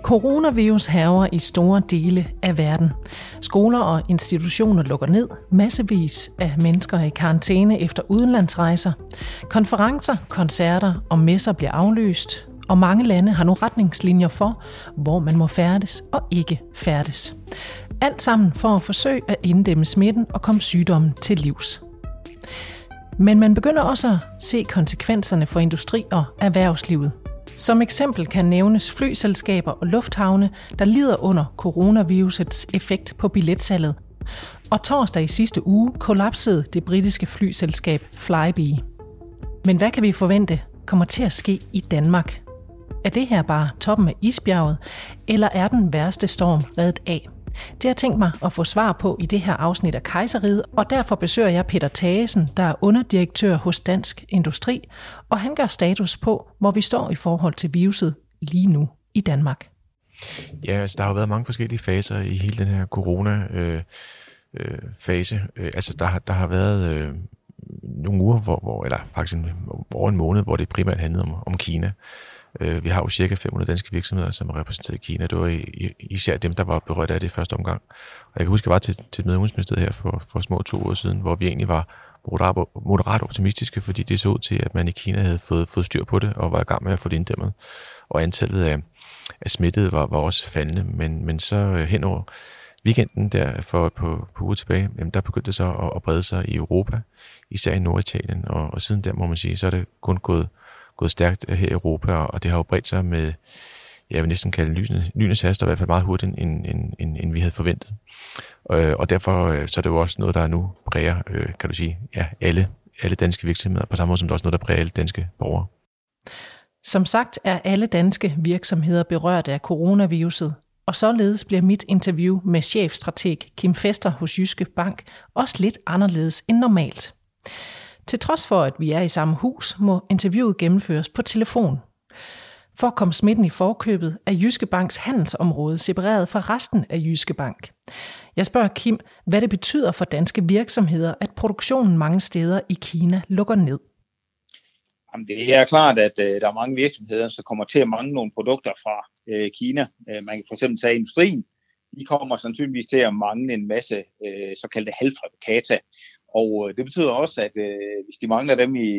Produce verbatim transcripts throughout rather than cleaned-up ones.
Coronavirus hærger i store dele af verden. Skoler og institutioner lukker ned. Massevis af mennesker er i karantæne efter udenlandsrejser. Konferencer, koncerter og messer bliver aflyst. Og mange lande har nu retningslinjer for, hvor man må færdes og ikke færdes. Alt sammen for at forsøge at inddæmme smitten og komme sygdommen til livs. Men man begynder også at se konsekvenserne for industri og erhvervslivet. Som eksempel kan nævnes flyselskaber og lufthavne, der lider under coronavirusets effekt på billetsalget. Og torsdag i sidste uge kollapsede det britiske flyselskab Flybe. Men hvad kan vi forvente kommer til at ske i Danmark? Er det her bare toppen af isbjerget, eller er den værste storm reddet af? Det har jeg tænkt mig at få svar på i det her afsnit af Kejserriget, og derfor besøger jeg Peter Thagesen, der er underdirektør hos Dansk Industri, og han gør status på, hvor vi står i forhold til viruset lige nu i Danmark. Ja, altså der har jo været mange forskellige faser i hele den her corona-fase. Øh, øh, altså der har, der har været øh, nogle uger, hvor, hvor, eller faktisk en, over en måned, hvor det primært handlede om, om Kina. Vi har jo cirka fem hundrede danske virksomheder, som er repræsenteret i Kina. Det var især dem, der var berørt af det i første omgang. Og jeg kan huske, at jeg var til, til et møde i Udenrigsministeriet her for, for små to år siden, hvor vi egentlig var moderat, moderat optimistiske, fordi det så ud til, at man i Kina havde fået, fået styr på det og var i gang med at få det inddæmmet. Og antallet af, af smittede var, var også faldende. Men, men så hen over weekenden der for på, på uge tilbage, jamen der begyndte det så at, at brede sig i Europa, især i Norditalien. Og, og siden der, må man sige, så er det kun gået gået stærkt her i Europa, og det har jo bredt sig med, jeg vil næsten kalde lynets, lynets hast, og i hvert fald meget hurtigt, end, end, end, end vi havde forventet. Og derfor så er det jo også noget, der nu præger, kan du sige, ja, alle, alle danske virksomheder, på samme måde som det også noget, der præger alle danske borgere. Som sagt er alle danske virksomheder berørt af coronaviruset, og således bliver mit interview med chefstrateg Kim Fester hos Jyske Bank også lidt anderledes end normalt. Til trods for, at vi er i samme hus, må interviewet gennemføres på telefon. For at komme smitten i forkøbet er Jyske Banks handelsområde separeret fra resten af Jyske Bank. Jeg spørger Kim, hvad det betyder for danske virksomheder, at produktionen mange steder i Kina lukker ned. Jamen, det er klart, at uh, der er mange virksomheder, som kommer til at mangle nogle produkter fra uh, Kina. Uh, man kan for eksempel tage industrien. De kommer sandsynligvis til at mangle en masse uh, såkaldte halvfabrikata. Og det betyder også, at øh, hvis de mangler dem i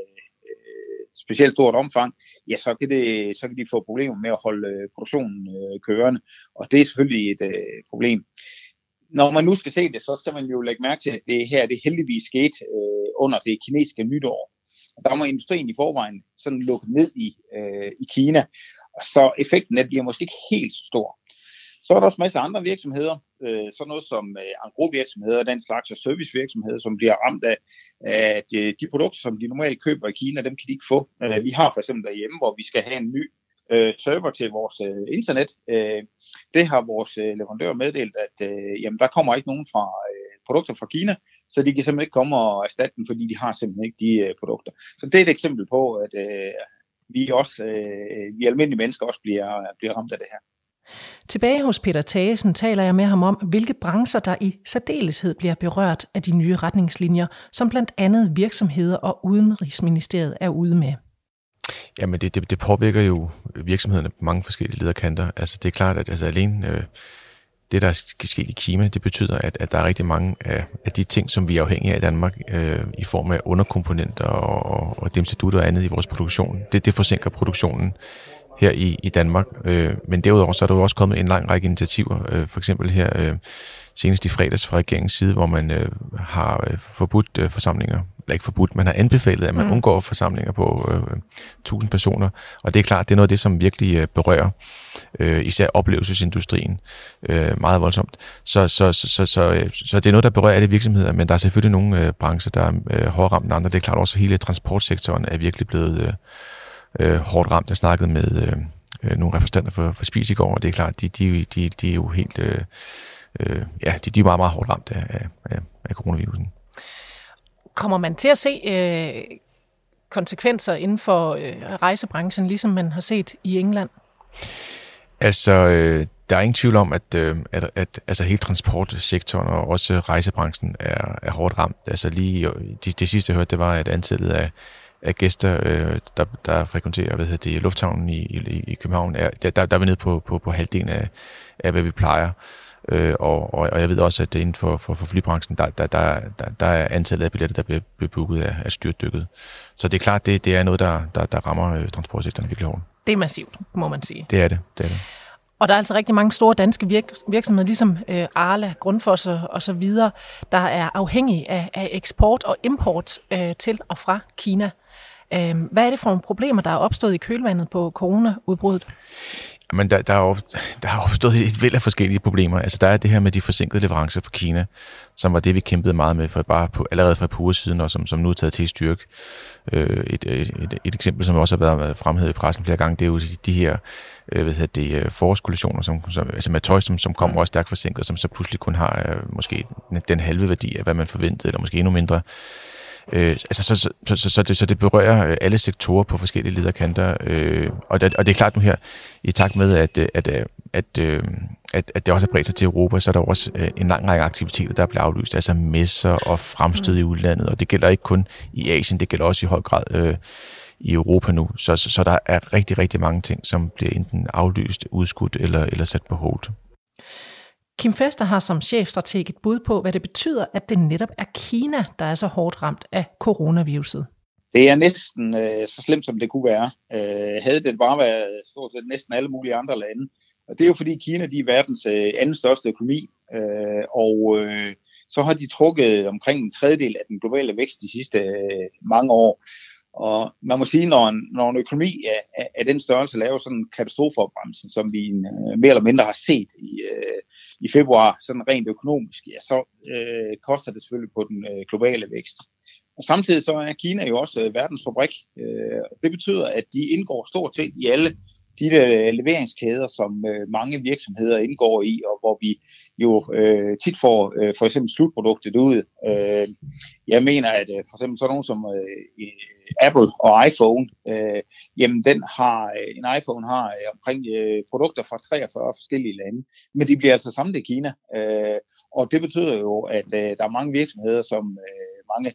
øh, specielt stort omfang, ja, så kan, det, så kan de få problemer med at holde øh, produktionen øh, kørende. Og det er selvfølgelig et øh, problem. Når man nu skal se det, så skal man jo lægge mærke til, at det her det heldigvis skete øh, under det kinesiske nytår. Der må industrien i forvejen sådan lukke ned i, øh, i Kina. Så effekten af det bliver måske ikke helt så stor. Så er der også masser af andre virksomheder, øh, sådan noget som øh, engrosvirksomheder, den slags af servicevirksomheder, som bliver ramt af, at øh, de produkter, som de normalt køber i Kina, dem kan de ikke få. Øh, vi har for eksempel derhjemme, hvor vi skal have en ny øh, server til vores øh, internet. Øh, det har vores øh, leverandør meddelt, at øh, jamen, der kommer ikke nogen fra øh, produkter fra Kina, så de kan simpelthen ikke komme og erstatte dem, fordi de har simpelthen ikke de øh, produkter. Så det er et eksempel på, at øh, vi også, øh, vi almindelige mennesker også bliver, bliver ramt af det her. Tilbage hos Peter Thagesen taler jeg med ham om, hvilke brancher der i særdeleshed bliver berørt af de nye retningslinjer, som blandt andet virksomheder og Udenrigsministeriet er ude med. Jamen det, det, det påvirker jo virksomhederne på mange forskellige lederkanter. Altså det er klart, at altså alene øh, det, der er sket i Kina, det betyder, at, at der er rigtig mange af, af de ting, som vi er afhængige af i Danmark, øh, i form af underkomponenter og, og demsedutter og andet i vores produktion. Det, det forsinker produktionen her i, i Danmark. Øh, men derudover så er der jo også kommet en lang række initiativer, øh, for eksempel her øh, senest i fredags fra regeringens side, hvor man øh, har øh, forbudt øh, forsamlinger, eller ikke forbudt, man har anbefalet, at man mm. undgår forsamlinger på øh, tusind personer, og det er klart, det er noget af det, som virkelig øh, berører øh, især oplevelsesindustrien øh, meget voldsomt. Så, så, så, så, så, øh, så det er noget, der berører alle virksomheder, men der er selvfølgelig nogle øh, brancher, der er øh, hårdere ramt end andre. Det er klart også, at hele transportsektoren er virkelig blevet øh, øh, hårdt ramt. Jeg snakkede med øh, nogle repræsentanter for, for Spis i går, og det er klart, de, de, de, de er jo helt øh, øh, ja, de, de er meget, meget hårdt ramt af, af, af coronavirusen. Kommer man til at se øh, konsekvenser inden for øh, rejsebranchen, ligesom man har set i England? Altså, øh, der er ingen tvivl om, at, øh, at, at altså, hele transportsektoren og også rejsebranchen er, er hårdt ramt. Altså lige det, det sidste jeg hørte, det var, at antallet af, af gæster, øh, der, der frekventerer hvad hedder det, lufthavnen i, i, i København, er, der, der er vi nede på, på, på halvdelen af, af, hvad vi plejer. Øh, og, og jeg ved også, at inden for, for, for flybranchen, der, der, der, der, der er antallet af billetter, der bliver, bliver booket af, af styrtdykket. Så det er klart, det, det er noget, der, der, der rammer øh, transportsektoren virkelig hårdt. Det er massivt, må man sige. Det er det, det er det. Og der er altså rigtig mange store danske virk- virksomheder, ligesom øh, Arla, Grundfos og så videre, der er afhængige af, af eksport og import øh, til og fra Kina. Øh, hvad er det for nogle problemer, der er opstået i kølvandet på coronaudbruddet? Men der, der, er jo, der er opstået et væld af forskellige problemer. Altså der er det her med de forsinkede leverancer fra Kina, som var det, vi kæmpede meget med for bare på, allerede for et par uger siden, og som, som nu er taget til styrke. Øh, et, et, et, et eksempel, som også har været fremhævet i pressen flere gange, det er jo de, de her øh, hvad hedder det, forårskollektioner, som, som, altså med tøj, som, som kommer også stærkt forsinket, som så pludselig kun har øh, måske den halve værdi af, hvad man forventede, eller måske endnu mindre. Øh, altså så, så, så, så, det, så det berører alle sektorer på forskellige lederkanter, øh, og, det, og det er klart nu her, i takt med, at, at, at, at, at, at det også er bredt sig til Europa, så er der også en lang række aktiviteter, der bliver aflyst, altså messer og fremstød i udlandet, og det gælder ikke kun i Asien, det gælder også i høj grad øh, i Europa nu, så, så, så der er rigtig, rigtig mange ting, som bliver enten aflyst, udskudt eller, eller sat på hold. Kim Fester har som chefstrateg et bud på, hvad det betyder, at det netop er Kina, der er så hårdt ramt af coronaviruset. Det er næsten øh, så slemt, som det kunne være. Øh, havde det bare været stort set næsten alle mulige andre lande. Og det er jo fordi Kina, de er verdens øh, anden største økonomi, øh, og øh, så har de trukket omkring en tredjedel af den globale vækst de sidste øh, mange år. Og man må sige, når en, når en økonomi af, af, af den størrelse laver sådan en katastrofeopbremsning, som vi øh, mere eller mindre har set i, øh, i februar, sådan rent økonomisk, ja, så øh, koster det selvfølgelig på den øh, globale vækst. Og samtidig så er Kina jo også øh, verdens fabrik. Øh, det betyder, at de indgår stort set i alle de der leveringskæder, som øh, mange virksomheder indgår i, og hvor vi jo øh, tit får øh, for eksempel slutproduktet ud. Øh, jeg mener, at øh, for eksempel sådan nogen som øh, Apple og iPhone, øh, jamen den har, en iPhone har øh, omkring øh, produkter fra treogfyrre forskellige lande, men de bliver altså samlet i Kina. Øh, og det betyder jo, at øh, der er mange virksomheder, som øh, mange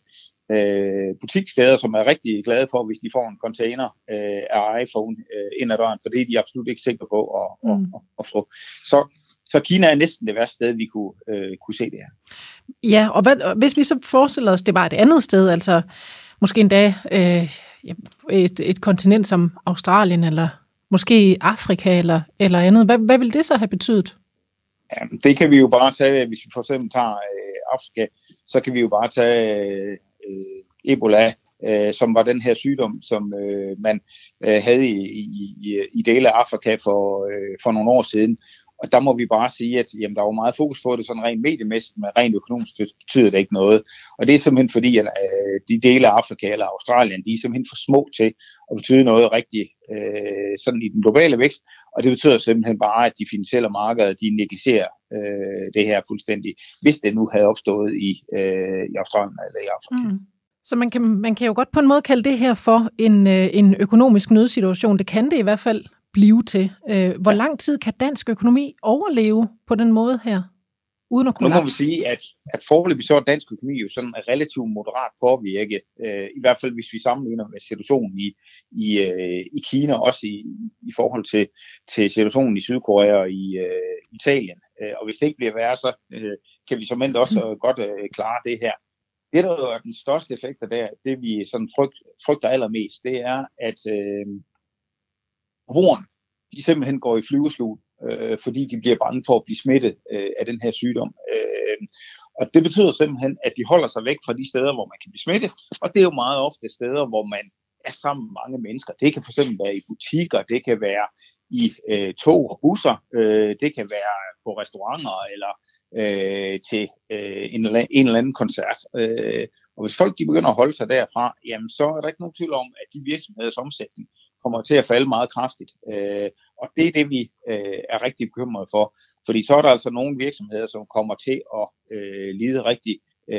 øh, butikskæder, som er rigtig glade for, hvis de får en container øh, af iPhone øh, ind ad døren, for det er de absolut ikke sikre på at, mm. at, at, at få. Så, så Kina er næsten det værste sted, vi kunne, øh, kunne se det her. Ja, og hvad, hvis vi så forestiller os, det var et andet sted, altså måske endda øh, et, et kontinent som Australien, eller måske Afrika, eller, eller andet, hvad, hvad vil det så have betydet? Ja, det kan vi jo bare tage, hvis vi for eksempel tager øh, Afrika, så kan vi jo bare tage øh, Ebola, øh, som var den her sygdom, som øh, man øh, havde i, i, i dele af Afrika for, øh, for nogle år siden. Og der må vi bare sige, at jamen, der var meget fokus på det, sådan rent mediemæssigt, men rent økonomisk betyder det ikke noget. Og det er simpelthen fordi, at øh, de dele af Afrika eller Australien, de er simpelthen for små til at betyde noget rigtigt øh, sådan i den globale vækst. Og det betyder simpelthen bare, at de finansielle markeder, de negligerer øh, det her fuldstændig, hvis det nu havde opstået i, øh, i Australien eller i Afrika. Mm. Så man kan, man kan jo godt på en måde kalde det her for en, øh, en økonomisk nødsituation. Det kan det i hvert fald blive til. Hvor lang tid kan dansk økonomi overleve på den måde her, uden at kunne? Nu må vi sige, at, at foreløbig så er dansk økonomi jo sådan relativt moderat påvirket, øh, i hvert fald hvis vi sammenligner med situationen i, i, øh, i Kina, også i, i forhold til, til situationen i Sydkorea og i øh, Italien. Øh, og hvis det ikke bliver værre, så øh, kan vi som endt også mm. godt øh, klare det her. Det, der er den største effekt af det, det vi sådan frygt, frygter allermest, det er, at øh, forbrugerne, de simpelthen går i flyverslut, øh, fordi de bliver bange for at blive smittet øh, af den her sygdom. Øh, og det betyder simpelthen, at de holder sig væk fra de steder, hvor man kan blive smittet, og det er jo meget ofte steder, hvor man er sammen med mange mennesker. Det kan fx være i butikker, det kan være i øh, tog og busser, øh, det kan være på restauranter eller øh, til øh, en, en eller anden koncert. Øh, og hvis folk de begynder at holde sig derfra, jamen så er der ikke nogen tvivl om, at de virksomheders omsætning kommer til at falde meget kraftigt. Øh, og det er det, vi øh, er rigtig bekymrede for. Fordi så er der altså nogle virksomheder, som kommer til at øh, lide rigtig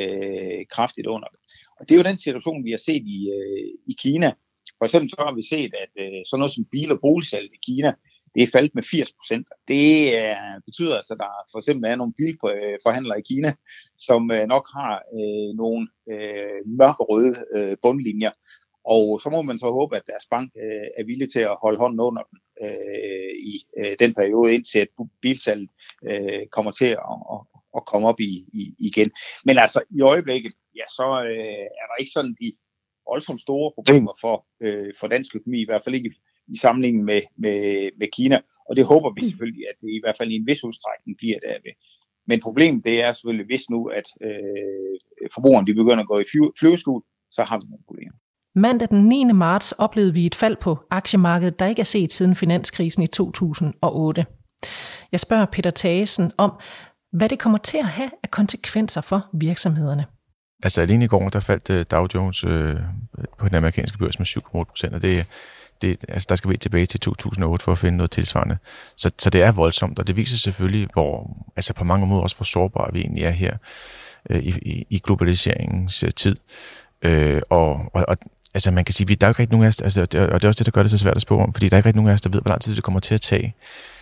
øh, kraftigt under det. Og det er jo den situation, vi har set i, øh, i Kina. For eksempel så har vi set, at øh, sådan noget som bil- og boligsalg i Kina, det er faldet med firs procent. Det øh, betyder altså, at der for eksempel er nogle bilforhandlere i Kina, som øh, nok har øh, nogle øh, mørkerøde øh, bundlinjer. Og så må man så håbe, at deres bank øh, er villig til at holde hånden under dem øh, i øh, den periode, indtil at bilsalget øh, kommer til at, at, at komme op i, i, igen. Men altså i øjeblikket, ja, så øh, er der ikke sådan de voldsomt store problemer for, øh, for dansk økonomi, i hvert fald ikke i, i sammenligning med, med, med Kina. Og det håber vi selvfølgelig, at det i hvert fald i en vis udstrækning bliver derved. Men problemet det er selvfølgelig, hvis nu, at øh, forbrugerne de begynder at gå i flyveskjul, så har vi nogle problemer. Mandag den niende marts oplevede vi et fald på aktiemarkedet, der ikke er set siden finanskrisen i to tusind og otte. Jeg spørger Peter Thagesen om, hvad det kommer til at have af konsekvenser for virksomhederne. Altså alene i går, der faldt Dow Jones øh, på den amerikanske børs med syv komma otte procent, og det, det, altså, der skal vi tilbage til to tusind og otte for at finde noget tilsvarende. Så, så det er voldsomt, og det viser selvfølgelig, hvor, altså på mange måder også, hvor sårbare vi egentlig er her øh, i, i, i globaliseringens øh, tid. Øh, og, og, og altså man kan sige, at der er ikke rigtig nogen af os, altså, og det er også det, der gør det så svært at spå om, fordi der er ikke rigtig nogen af os, der ved, hvor lang tid det kommer til at tage.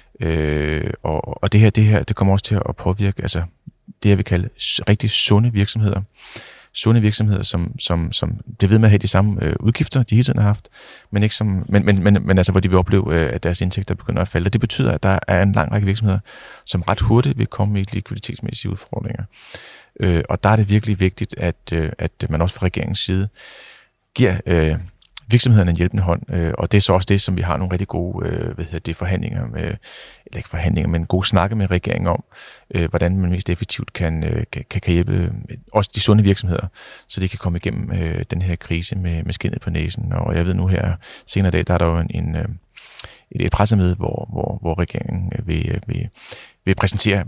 Øh, og, og det her, det her, det kommer også til at påvirke, altså det jeg vil kalde rigtig sunde virksomheder. Sunde virksomheder, som, som, som det ved med at have de samme øh, udgifter, de hele tiden har haft, men, ikke som, men, men, men, men altså, hvor de vil opleve, øh, at deres indtægter begynder at falde. Det betyder, at der er en lang række virksomheder, som ret hurtigt vil komme med likviditetsmæssige udfordringer. Øh, og der er det virkelig vigtigt, at, øh, at man også fra regeringens side giver øh, virksomhederne en hjælpende hånd, øh, og det er så også det, som vi har nogle rigtig gode øh, hvad hedder det, forhandlinger med, eller ikke forhandlinger, men gode snakke med regeringen om, øh, hvordan man mest effektivt kan, øh, kan, kan hjælpe øh, også de sunde virksomheder, så de kan komme igennem øh, den her krise med, med skindet på næsen. Og jeg ved nu her senere i dag, der er der jo en, en, øh, et, et pressemøde, hvor, hvor, hvor regeringen vil, vil, vil præsentere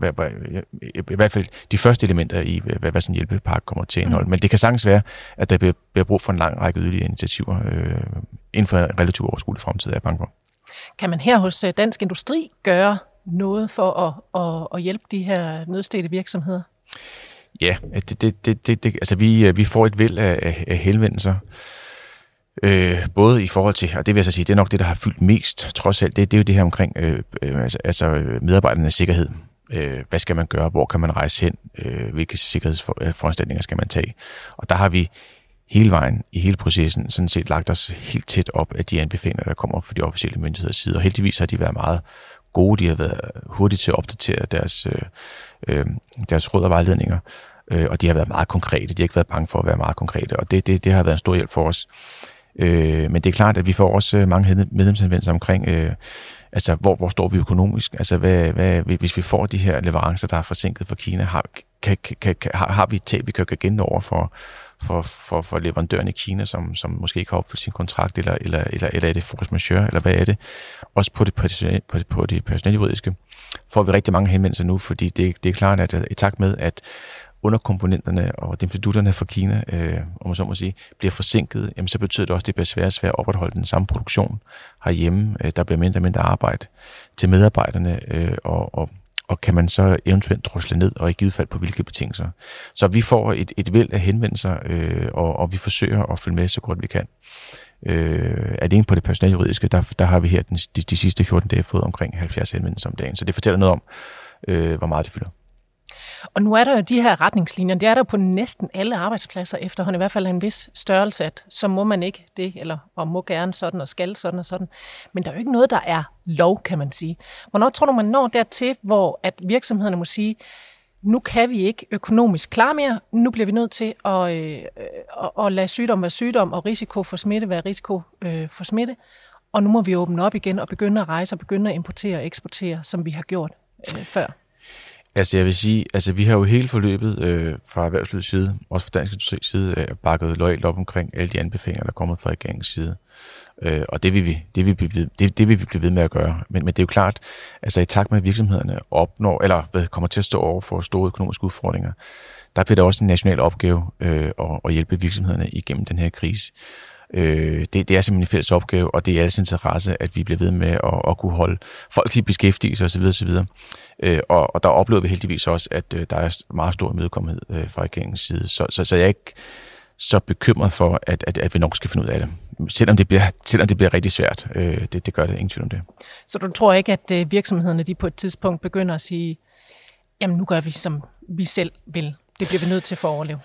i hvert fald de første elementer i, hvad, hvad sådan en hjælpepakke kommer til at indeholde. Mm. Men det kan sagtens være, at der bliver, bliver brug for en lang række yderligere initiativer øh, inden for en relativt overskuelig fremtid, af bange for. Kan man her hos Dansk Industri gøre noget for at, at, at hjælpe de her nødstedte virksomheder? Ja, det, det, det, det, det, altså vi, vi får et væld af, af henvendelser. Øh, både i forhold til, og det vil jeg så sige, det er nok det, der har fyldt mest, trods alt, det, det er jo det her omkring øh, øh, altså, altså medarbejdernes sikkerhed. Øh, hvad skal man gøre? Hvor kan man rejse hen? Øh, hvilke sikkerhedsforanstaltninger skal man tage? Og der har vi hele vejen i hele processen sådan set lagt os helt tæt op af de anbefalinger, der kommer fra de officielle myndigheders side. Og heldigvis har de været meget gode. De har været hurtige til at opdatere deres, øh, deres råd og vejledninger. Øh, og de har været meget konkrete. De har ikke været bange for at være meget konkrete. Og det, det, det har været en stor hjælp for os. Øh, men det er klart, at vi får også mange medlemshenvendelser omkring, øh, altså hvor, hvor står vi økonomisk? Altså hvad, hvad, hvis vi får de her leverancer, der er forsinket fra Kina, har, kan, kan, kan, har, har vi et tab, vi kan igen over for, for, for, for leverandøren i Kina, som, som måske ikke har opfyldt sin kontrakt, eller, eller, eller, eller er det force majeure, eller hvad er det? Også på det, personel, på det, på det personaljuridiske får vi rigtig mange henvendelser nu, fordi det, det er klart, at i takt med, at underkomponenterne og dimpedutterne fra Kina, øh, om man så må sige, bliver forsinket, jamen så betyder det også, at det bliver svært svært at opretholde den samme produktion herhjemme. Øh, der bliver mindre og mindre arbejde til medarbejderne, øh, og, og, og kan man så eventuelt drosle ned, og i givet fald på hvilke betingelser. Så vi får et, et væld af henvendelser, øh, og, og vi forsøger at følge med så godt vi kan. Øh, alene på det personaljuridiske, der, der har vi her den, de, de sidste fjorten dage fået omkring halvfjerds henvendelser om dagen, så det fortæller noget om, øh, hvor meget det fylder. Og nu er der jo de her retningslinjer, det er der på næsten alle arbejdspladser efterhånden, i hvert fald en vis størrelse, at så må man ikke det, eller og må gerne sådan og skal sådan og sådan. Men der er jo ikke noget, der er lov, kan man sige. Hvornår tror du, man når dertil, hvor at virksomhederne må sige, nu kan vi ikke økonomisk klare mere, nu bliver vi nødt til at, øh, at, at lade sygdom være sygdom, og risiko for smitte være risiko øh, for smitte, og nu må vi åbne op igen og begynde at rejse og begynde at importere og eksportere, som vi har gjort øh, før? Altså jeg vil sige, altså vi har jo hele forløbet øh, fra erhvervslivets side, også fra Dansk Industris side, øh, bakket loyalt op omkring alle de anbefalinger, der er kommet fra regeringens side. Øh, og det vil, vi, det, vil vi, det, det vil vi blive ved med at gøre. Men, men det er jo klart, altså i takt med, at virksomhederne opnår, eller hvad, kommer til at stå over for store økonomiske udfordringer, der bliver der også en national opgave øh, at, at hjælpe virksomhederne igennem den her krise. Øh, det, det er simpelthen en fælles opgave, og det er alles interesse, at vi bliver ved med at, at kunne holde folk i beskæftigelse osv. osv. Øh, og, og der oplever vi heldigvis også, at øh, der er meget stor imødekommenhed øh, fra regeringens side. Så, så, så jeg er ikke så bekymret for, at, at, at vi nok skal finde ud af det. Selvom det bliver, selvom det bliver rigtig svært. Øh, det, det gør det, ingen tvivl om det. Så du tror ikke, at øh, virksomhederne de på et tidspunkt begynder at sige, jamen nu gør vi, som vi selv vil. Det bliver vi nødt til for at overleve?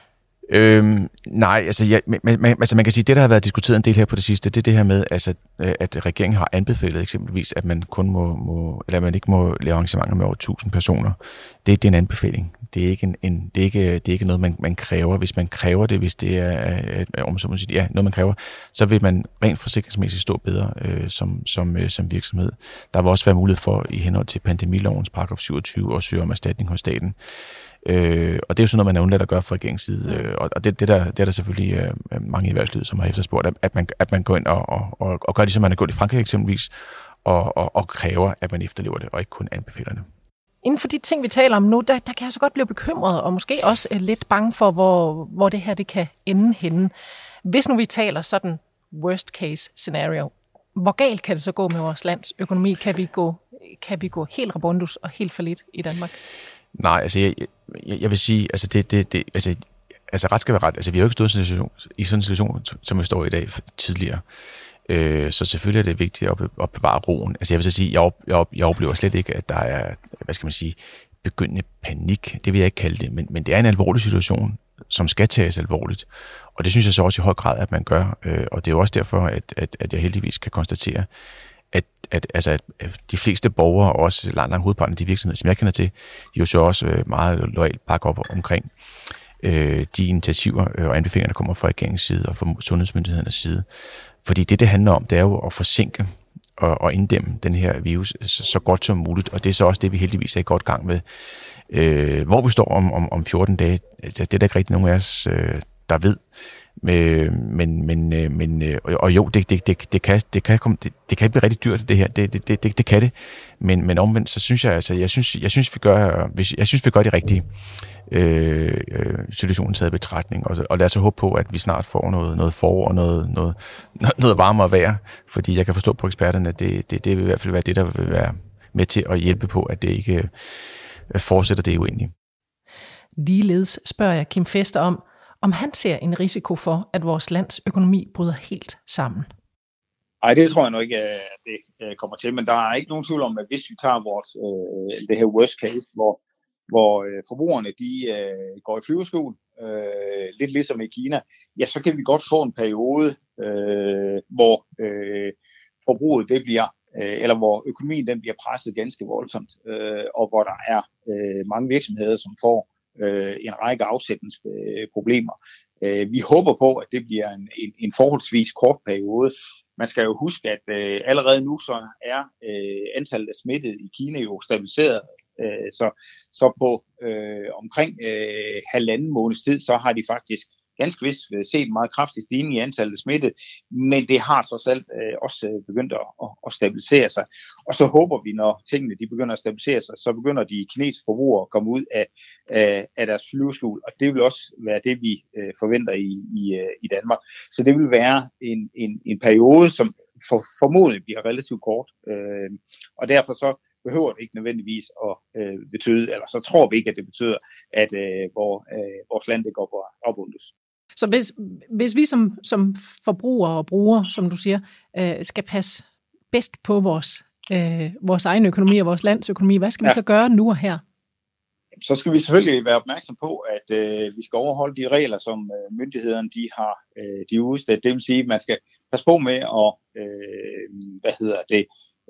Øhm, nej, altså, ja, man, man, altså man kan sige, det der har været diskuteret en del her på det sidste, det er det her med, altså, at regeringen har anbefalet eksempelvis, at man kun må, må eller man ikke må lave arrangementer med over tusind personer. Det, det er en anbefaling. Det er ikke, en, en, det er ikke, det er ikke noget, man, man kræver. Hvis man kræver det, hvis det er, om så må sige, ja, noget man kræver, så vil man rent forsikringsmæssigt stå bedre øh, som, som, øh, som virksomhed. Der vil også være mulighed for, i henhold til pandemilovens paragraf syvogtyve, at søge om erstatning hos staten. Øh, og det er jo sådan noget, man er undladt at gøre fra regeringens side, øh, og det, det, der, det er der selvfølgelig øh, mange i erhvervslivet, som har efterspurgt, at, at, man, at man går ind og, og, og, og gør det, som man har gjort i Frankrig eksempelvis, og, og, og kræver, at man efterlever det, og ikke kun anbefaler det. Inden for de ting, vi taler om nu, der, der kan jeg så godt blive bekymret, og måske også uh, lidt bange for, hvor, hvor det her det kan ende henne. Hvis nu vi taler sådan worst case scenario, hvor galt kan det så gå med vores lands økonomi? Kan vi gå, kan vi gå helt rabundus og helt for lidt i Danmark? Nej, altså jeg, jeg, jeg vil sige, altså det, det, det altså, altså ret skal være ret. Altså vi har jo ikke stået i sådan en situation, i sådan en situation, som vi står i dag tidligere. Øh, så selvfølgelig er det vigtigt at, at bevare roen. Altså jeg vil så sige, jeg, op, jeg, op, jeg oplever slet ikke, at der er, hvad skal man sige, begyndende panik. Det vil jeg ikke kalde det, men, men det er en alvorlig situation, som skal tages alvorligt. Og det synes jeg så også i høj grad, at man gør. Øh, og det er jo også derfor, at, at, at jeg heldigvis kan konstatere, At, at, altså, at de fleste borgere, og også langt langt hovedparten af de virksomheder, som jeg kender til, de jo så også meget loyalt bakker op omkring øh, de initiativer og anbefalinger, der kommer fra regeringens side og fra sundhedsmyndighedernes side. Fordi det, det handler om, det er jo at forsinke og, og inddæmme den her virus så, så godt som muligt. Og det er så også det, vi heldigvis er i godt gang med. Øh, hvor vi står om, om, om fjorten dage, det, det er der ikke rigtig nogen af os, øh, der ved. Men, men, men, og jo, det, det, det, det, kan, det, kan komme, det, det kan blive rigtig dyrt, det her. Det, det, det, det kan det. Men, men omvendt, så synes jeg, altså, jeg synes, jeg synes, vi gør, jeg synes, vi gør det rigtige øh, situationen taget i betragtning. Og, og lad os så håbe på, at vi snart får noget, noget forår og noget, noget, noget varmere vejr. Fordi jeg kan forstå på eksperterne, at det, det, det vil i hvert fald være det, der vil være med til at hjælpe på, at det ikke fortsætter det uendelige. Ligeledes spørger jeg Kim Fester om, om han ser en risiko for, at vores lands økonomi bryder helt sammen. Nej, det tror jeg nok ikke, at det kommer til, men der er ikke nogen tvivl om, at hvis vi tager vores, øh, det her worst case, hvor, hvor øh, forbrugerne de, øh, går i flyveskjul, øh, lidt ligesom i Kina, ja, så kan vi godt få en periode, øh, hvor øh, forbruget det bliver, øh, eller hvor økonomien den bliver presset ganske voldsomt, øh, og hvor der er øh, mange virksomheder, som får Øh, en række afsætningsproblemer. Øh, vi håber på, at det bliver en, en, en forholdsvis kort periode. Man skal jo huske, at øh, allerede nu så er øh, antallet af smittede i Kina jo stabiliseret. Øh, så, så på øh, omkring øh, halvanden måneds tid, så har de faktisk ganske vist set en meget kraftig stigning i antallet af smittede, men det har trods alt øh, også begyndt at, at, at stabilisere sig. Og så håber vi, når tingene de begynder at stabilisere sig, så begynder de kinesiske forbrugere at komme ud af, af, af deres flyveskjul, og det vil også være det, vi øh, forventer i, i, i Danmark. Så det vil være en, en, en periode, som for, formodentlig bliver relativt kort, øh, og derfor så behøver det ikke nødvendigvis at øh, betyde, eller så tror vi ikke, at det betyder, at øh, hvor, øh, vores land det går på opbundes. Så hvis, hvis vi som, som forbrugere og brugere, som du siger, øh, skal passe bedst på vores, øh, vores egen økonomi og vores lands økonomi, hvad skal ja. vi så gøre nu og her? Så skal vi selvfølgelig være opmærksom på, at øh, vi skal overholde de regler, som øh, myndighederne de har øh, de udstedt. Det vil sige, at man skal passe på med at øh, hvad hedder det,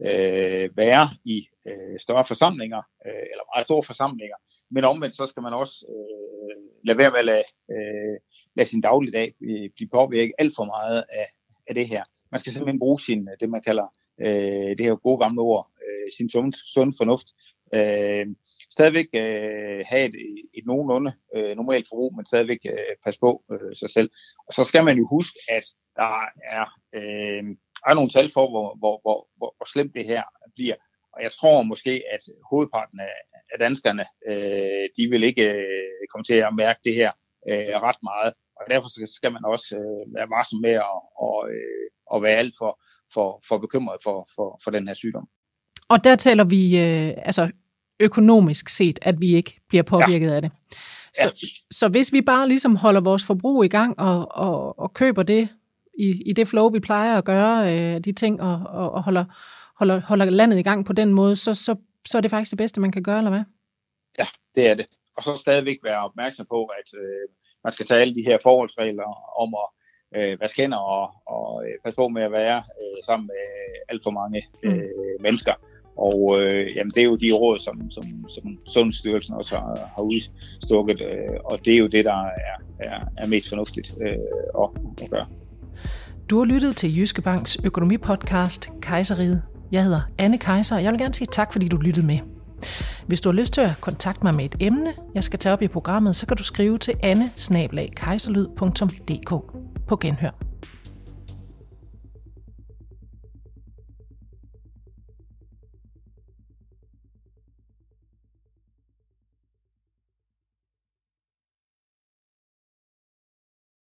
øh, være i øh, større forsamlinger, øh, eller meget store forsamlinger. Men omvendt så skal man også øh, lade være med at lade, øh, lade sin dagligdag blive påvirket alt for meget af, af det her. Man skal simpelthen bruge sin, det man kalder øh, det her gode gamle ord, øh, sin sund, sund fornuft. Øh, stadigvæk øh, have et, et nogenlunde øh, normalt forbrug, men stadigvæk øh, passe på øh, sig selv. Og så skal man jo huske, at der er, øh, er nogle tal for, hvor, hvor, hvor, hvor, hvor slemt det her bliver. Og jeg tror måske, at hovedparten af, af danskerne, øh, de vil ikke øh, komme til at mærke det her øh, ret meget. Og derfor skal man også øh, være varsom med at, og, øh, at være alt for, for, for bekymret for, for, for den her sygdom. Og der taler vi øh, altså økonomisk set, at vi ikke bliver påvirket ja. af det. Så, ja. så hvis vi bare ligesom holder vores forbrug i gang og, og, og køber det i, i det flow, vi plejer at gøre, øh, de ting, og, og, og holder, holder, holder landet i gang på den måde, så, så, så er det faktisk det bedste, man kan gøre, eller hvad? Ja, det er det. Og så stadigvæk være opmærksom på, at øh, man skal tage alle de her forholdsregler om at øh, vaske hænder og, og øh, passe på med at være øh, sammen med alt for mange øh, mennesker. Og øh, jamen, det er jo de råd, som, som, som Sundhedsstyrelsen også har, har udstukket, øh, og det er jo det, der er, er, er mest fornuftigt øh, at, at gøre. Du har lyttet til Jyske Banks økonomipodcast Kejserriget. Jeg hedder Anne Kejser, og jeg vil gerne sige tak, fordi du lyttede med. Hvis du har lyst til at kontakte mig med et emne, jeg skal tage op i programmet, så kan du skrive til anne bindestreg kejserlyd punktum d k. På genhør.